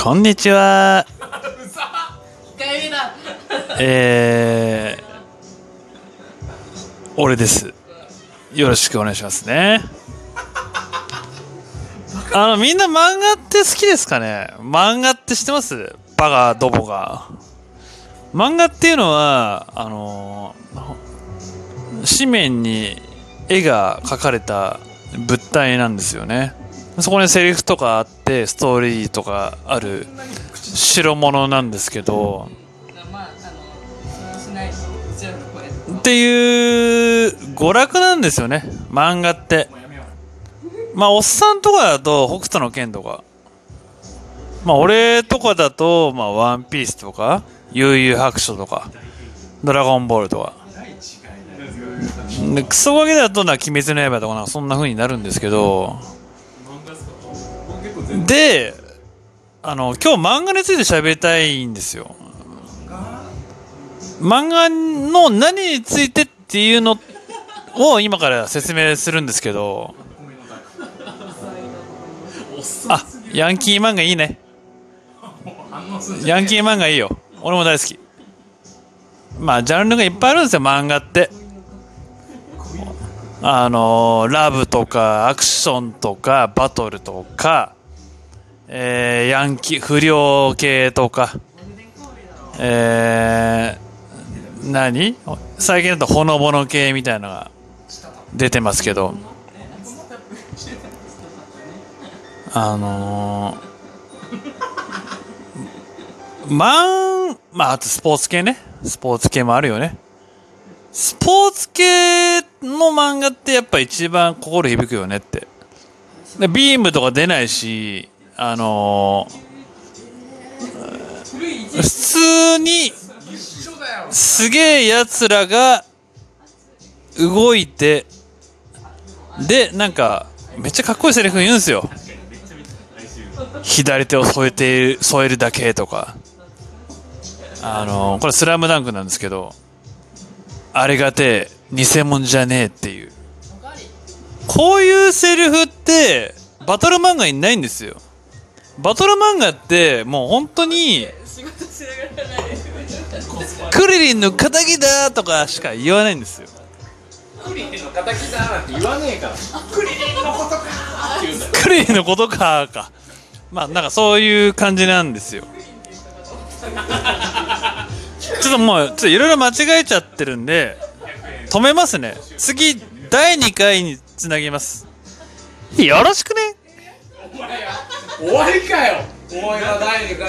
こんにちは。俺です。よろしくお願いしますね。みんな漫画って好きですかね。漫画って知ってます？バカどもが。漫画っていうのは紙面に絵が描かれた物体なんですよね。そこにセリフとかあってストーリーとかある代物なんですけど、っていう娯楽なんですよね、漫画って。まあおっさんとかだと北斗の拳とか、まあ俺とかだとまあワンピースとか悠々白書とかドラゴンボールとかで、クソガキだとな鬼滅の刃とかなんかそんな風になるんですけど、で今日漫画について喋りたいんですよ。漫画の何についてっていうのを今から説明するんですけど、ヤンキー漫画いいね。ヤンキー漫画いいよ。俺も大好き。まあジャンルがいっぱいあるんですよ、漫画って。ラブとかアクションとかバトルとか、ヤンキー不良系とか、最近だとほのぼの系みたいなのが出てますけど、あとスポーツ系ね。スポーツ系もあるよね。スポーツ系の漫画ってやっぱ一番心響くよねって。でビームとか出ないし、普通にすげえやつらが動いて、でなんかめっちゃかっこいいセリフ言うんですよ。左手を添えるだけとか、これスラムダンクなんですけど、あれがて偽物じゃねえっていう、こういうセリフってバトル漫画にないんですよ。バトル漫画ってもう本当にクリリンの仇だとかしか言わないんですよ。 クリリンの仇だなんて言わねえから、クリリンのことかって言うんだよ。 クリリンのことか。まあなんかそういう感じなんですよ。ちょっともういろいろ間違えちゃってるんで止めますね。次第2回につなぎます。よろしくね。 終わりかよ。お前が第2回